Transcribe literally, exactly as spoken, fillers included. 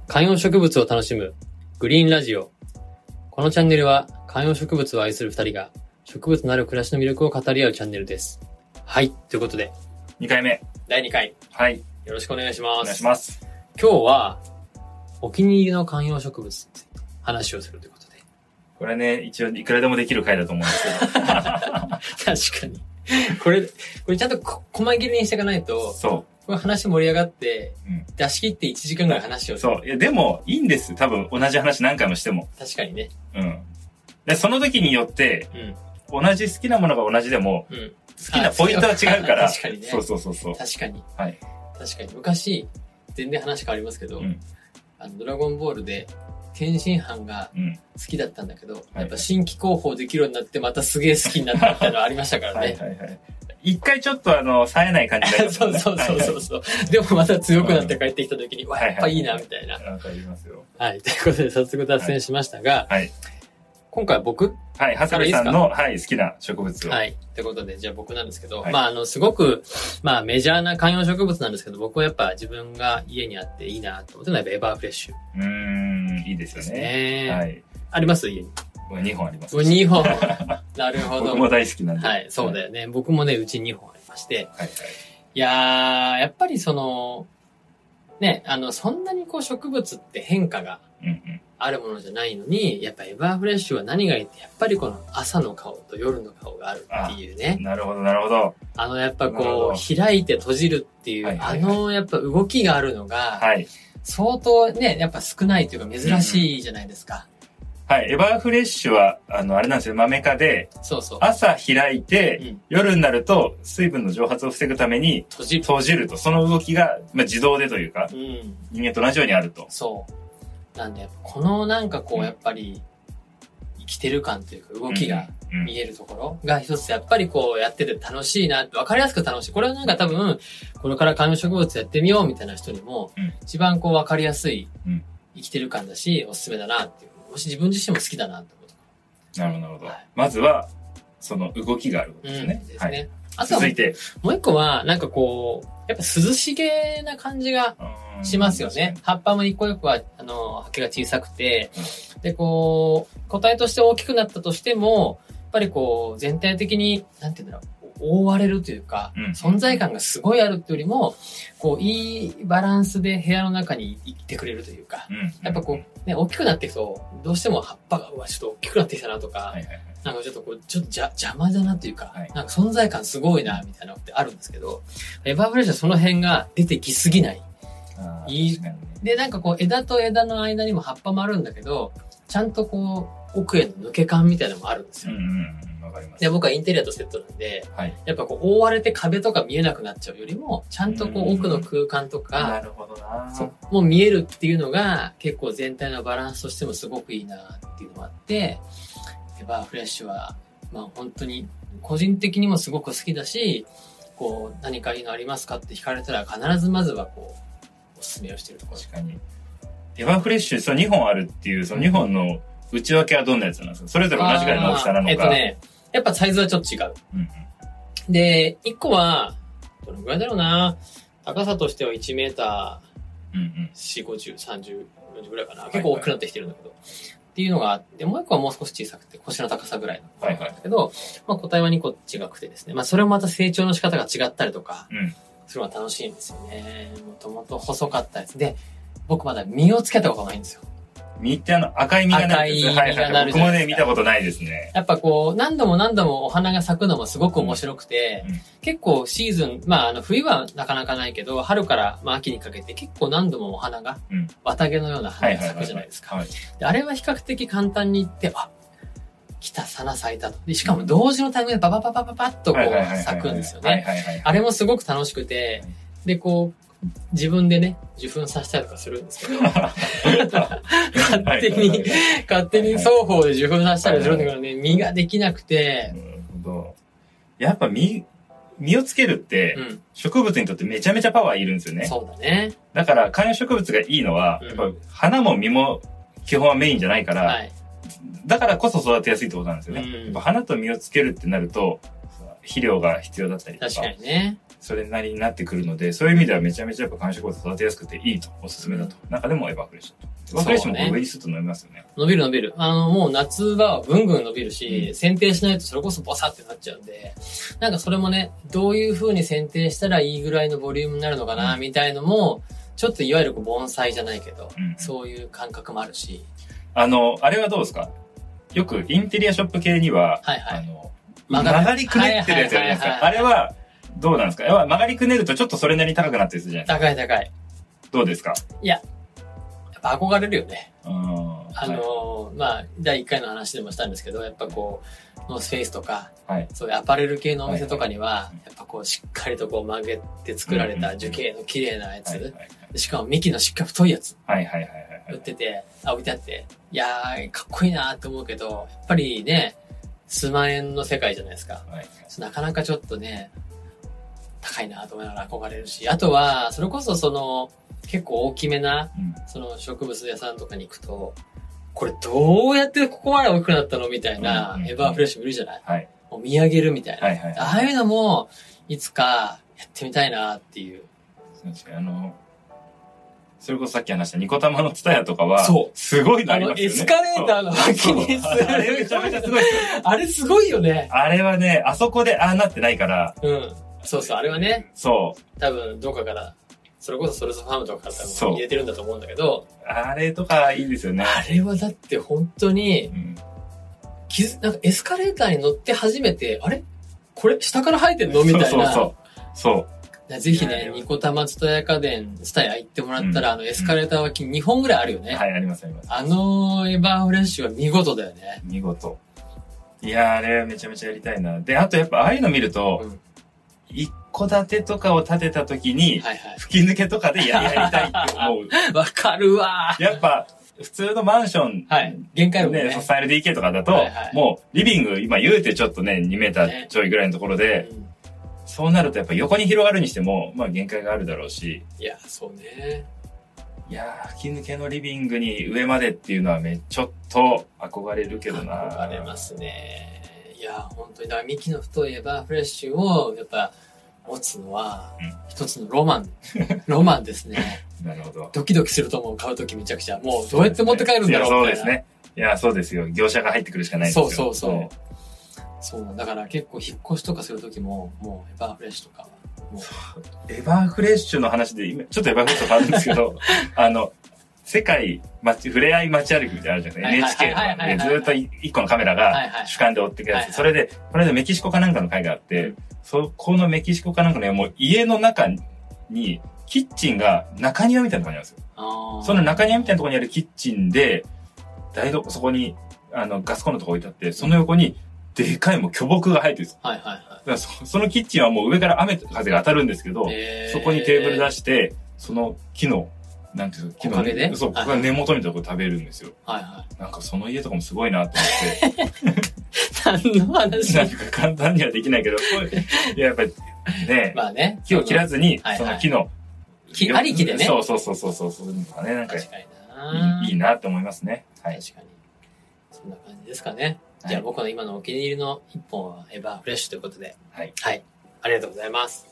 観葉植物を楽しむグリーンラジオ。このチャンネルは観葉植物を愛する二人が植物のある暮らしの魅力を語り合うチャンネルです。はい、ということでにかいめだいにかい、 はい、 よろしくお願いします。 お願いします。 今日はお気に入りの観葉植物について話をするということで、 これね、一応いくらでもできる回だと思うんですけど確かにこれこれちゃんとこ細切れにしていかないと、 そうこれ話盛り上がって、 うん、 出し切っていちじかんぐらい話をする。 そう。いや、でも、いいんです。多分、同じ話何回もしても。 確かにね。 うん。で、その時によって、うん、同じ好きなものが同じでも、うん、好きなポイントは違うから。 確かにね。 そうそうそうそう。 確かに。 はい。 確かに。昔、全然話変わりますけど、うん、あの、ドラゴンボールで、天津飯が好きだったんだけど、うん、やっぱ新規候補できるようになってまたすげえ好きになったっていうのはありましたからね。はいはいはい。 一回ちょっとあの、冴えない感じだけど、ね、 そうそうそうそうそう、はいはい。でもまた強くなって帰ってきた時に、うん、わ、やっぱいいな、みたいな。 わかりますよ。 はい。ということで早速脱線しましたが、 はい。 今回は僕はい。長谷部さんの、はい、好きな植物を。 はい。ということで、じゃあ僕なんですけど、はい、まああの、すごく、まあメジャーな観葉植物なんですけど、僕はやっぱ自分が家にあっていいなと思ってのはやっぱエバーフレッシュ。 うーん、いいですよね。ね、はい。 あります家に。 にほんあります。 にほん。なるほど。 僕も大好きなんで。 はい。そうだよね。はい、僕もね、うちにほんありまして。はいはい。いやー、やっぱりその、ね、あの、そんなにこう植物って変化があるものじゃないのに、うんうん、やっぱエバーフレッシュは何がいいって、やっぱりこの朝の顔と夜の顔があるっていうね。 なるほど、なるほど。 あの、やっぱこう、開いて閉じるっていう、はいはいはい、あの、やっぱ動きがあるのが、はい、相当ね、やっぱ少ないというか珍しいじゃないですか。うんうん、 はい。エバーフレッシュは、あの、あれなんですよ。マメ科で、そうそう。朝開いて、うん、夜になると、水分の蒸発を防ぐために、閉じる。閉じると。その動きが、まあ、自動でというか、うん、人間と同じようにあると。 そう。なんで、このなんかこう、やっぱり、生きてる感というか、動きが見えるところが一つ、やっぱりこう、やってて楽しいなって、わかりやすく楽しい。これはなんか多分、これから観葉植物やってみようみたいな人にも、うん、一番こう、わかりやすい、生きてる感だし、おすすめだなっていう。もし自分自身も好きだなと思う。 なるほど、なるほど。はい、まずは、その動きがあることですね。 うん、ですね。はい、 あとは、続いて。 もう一個は、なんかこう、やっぱ涼しげな感じがしますよね。葉っぱも一個一個は、あの、葉が小さくて、うん、で、こう、個体として大きくなったとしても、やっぱりこう、全体的に、なんていうんだろう、覆われるというか、うん、存在感がすごいあるっていうよりも、こう、いいバランスで部屋の中にいてくれるというか、うん、やっぱこう、ね、大きくなっていくと、どうしても葉っぱが、うわ、ちょっと大きくなってきたなとか、はいはいはい、なんかちょっとこう、ちょっとじゃ邪魔だなというか、はい、なんか存在感すごいな、みたいなのってあるんですけど、エバーフレッシュはその辺が出てきすぎない。いい、ね、で、なんかこう、枝と枝の間にも葉っぱもあるんだけど、ちゃんとこう、奥への抜け感みたいなのもあるんですよ。うんうんで、僕はインテリアとセットなんで、はい、やっぱこう覆われて壁とか見えなくなっちゃうよりも、ちゃんとこう奥の空間とか、 なるほどな。 そう、もう見えるっていうのが結構全体のバランスとしてもすごくいいなっていうのがあって、エバーフレッシュは、まあ本当に個人的にもすごく好きだし、こう何かいいのありますかって聞かれたら必ずまずはこう、おすすめをしているところ。 確かに。エバーフレッシュ、そのにほんあるっていう、そのにほんの内訳はどんなやつなんですか？それぞれ同じぐらいの大きさなのか。 えっとね、やっぱサイズはちょっと違う。うんうん、で、いっこは、どのぐらいだろうな。高さとしてはいちメーター、うんうん、よんじゅう、ごじゅう、さんじゅう、よんじゅうぐらいかな。結構大きくなってきてるんだけど。はいはい、っていうのがあって、もういっこはもう少し小さくて、腰の高さぐらいなんだけど、はいはい、まあ個体はにこ違くてですね。まあそれもまた成長の仕方が違ったりとか、うん、するのが楽しいんですよね。もともと細かったやつで、僕まだ実をつけたことないんですよ。 実ってあの赤い実がなるんです。赤い実がなるじゃないですか。僕もね、見たことないですね。 やっぱこう、何度も何度もお花が咲くのもすごく面白くて、うん、結構シーズン、まああの冬はなかなかないけど、春からまあ秋にかけて結構何度もお花が、うん、綿毛のような花が咲くじゃないですか。あれは比較的簡単に言って、あ、来た、花咲いたと。で、しかも同時のタイミングでババババババッとこう咲くんですよね。あれもすごく楽しくて、で、こう、自分でね、受粉させたりとかするんですけど、勝手に、勝手に双方で受粉させたりするんだけどね、実ができなくて。なるほど。 やっぱ実、実をつけるって、うん、植物にとってめちゃめちゃパワーいるんですよね。 そうだね。 だから観葉植物がいいのは、うん、やっぱ花も実も基本はメインじゃないから、はい、だからこそ育てやすいってことなんですよね。うん、やっぱ花と実をつけるってなると、肥料が必要だったりとか。 確かにね。 それなりになってくるので、そういう意味ではめちゃめちゃやっぱ観葉植物育てやすくていいと、おすすめだと。うん、中でもエバーフレッシュと。エバーフレッシュも上にすると伸びますよね。 伸びる伸びる。あの、もう夏はぐんぐん伸びるし、うん、剪定しないとそれこそボサってなっちゃうんで、なんかそれもね、どういう風に剪定したらいいぐらいのボリュームになるのかな、みたいのも、ちょっといわゆる盆栽じゃないけど、うん、そういう感覚もあるし。 あの、あれはどうですか？よくインテリアショップ系には、はいはい、あの曲がりくねってるやつじゃないですか。あれはどうなんですか？曲がりくねるとちょっとそれなりに高くなってるじゃないですか。 高い高い。 どうですか？ いや、やっぱ憧れるよね。うん、あの、はい、まあ、だいいっかいの話でもしたんですけど、やっぱこう、ノースフェイスとか、はい、そういうアパレル系のお店とかには、はいはい、やっぱこう、しっかりとこう曲げて作られた樹形の綺麗なやつ、しかも幹のしっかり太いやつ、はいはいはいはい、売ってて、あ、置いてあって、いやー、かっこいいなーって思うけど、やっぱりね、数万円の世界じゃないですか。はい、なかなかちょっとね、高いなと思いながら憧れるし、あとは、それこそその、結構大きめな、うん、その植物屋さんとかに行くと、これどうやってここまで大きくなったのみたいな、うんうんうん、エバーフレッシュもいるじゃない、はい、もう見上げるみたいな、はいはいはい。ああいうのも、いつかやってみたいなっていう。 確かにあの、それこそさっき話したニコタマのツタヤとかは、そう。すごいのありますよね。 あの、エスカレーターの脇にする。 あれめちゃめちゃすごいですよね。 あれすごいよね。 あれはね、あそこでああなってないから。 うん。そうそう、あれはね。 そう。 多分、どっかから、それこそソルスファームとかから多分入れてるんだと思うんだけど。 あれとかいいですよね。 あれはだって本当に、うん、なんかエスカレーターに乗って初めて、あれこれ下から生えてんのみたいな。そうそうそう。そう。ぜひね、ニコタマツタヤ家電、ツタヤ行ってもらったら、うん、あのエスカレーター脇ににほんぐらいあるよね。 はい、ありますあります。 あのエバーフレッシュは見事だよね。 見事。いやー、あれはめちゃめちゃやりたいな。で、あとやっぱああいうの見ると、うん、一戸建てとかを建てた時に、はいはい、吹き抜けとかで や, やりたいって思う。 わかるわやっぱ、普通のマンション、はい、 限界あるね。 スタイル ディーケー とかだと、はいはい、もうリビング、今言うてちょっとね、にメーターちょいぐらいのところで、ね、うん、そうなるとやっぱ横に広がるにしても、まあ限界があるだろうし。 いや、そうね。 いやー、吹き抜けのリビングに上までっていうのはめちょっと憧れるけどな。 憧れますね。いや、本当に、だから幹の太いエバーフレッシュを、やっぱ、持つのは、一つのロマン。ロマンですね。 なるほど。 ドキドキすると思う、買うときめちゃくちゃ。もう、どうやって持って帰るんだろうみたいな。 そうですね。いや、そうですよ。業者が入ってくるしかないんですよ。 そうそうそう。そう。だから結構引っ越しとかするときも、もうエバーフレッシュとかは。もうエバーフレッシュの話で、今、ちょっとエバーフレッシュと変わるんですけど、あの、世界街、触れ合い街歩きみたいなのあるじゃないですか。エヌエイチケー のでずっと一個のカメラが主観で追ってくやつ。それで、これでメキシコかなんかの会があって、そこのメキシコかなんかね、もう家の中に、キッチンが中庭みたいなところにあるんですよ。その中庭みたいなところにあるキッチンで、台所、そこに、あの、ガスコンロとか置いてあって、その横に、でかいもう巨木が生えてるんです。はいはいはい。だからそ、そのキッチンはもう上から雨風が当たるんですけど、そこにテーブル出して、その木の、なんていうの、木のね、 そう、ここが根元みたいなところ食べるんですよ。はいはい。なんかその家とかもすごいなと思って。 何の話なんか簡単にはできないけど、いや、やっぱりね、まあね、木を切らずに、その木の、 木ありきでね。 そうそうそうそうそう、そういうのがね、なんかいい、いいなって思いますね。はい。 確かに。そんな感じですかね。じゃあ僕の今のお気に入りの一本はエバーフレッシュということで。はい。はい。ありがとうございます。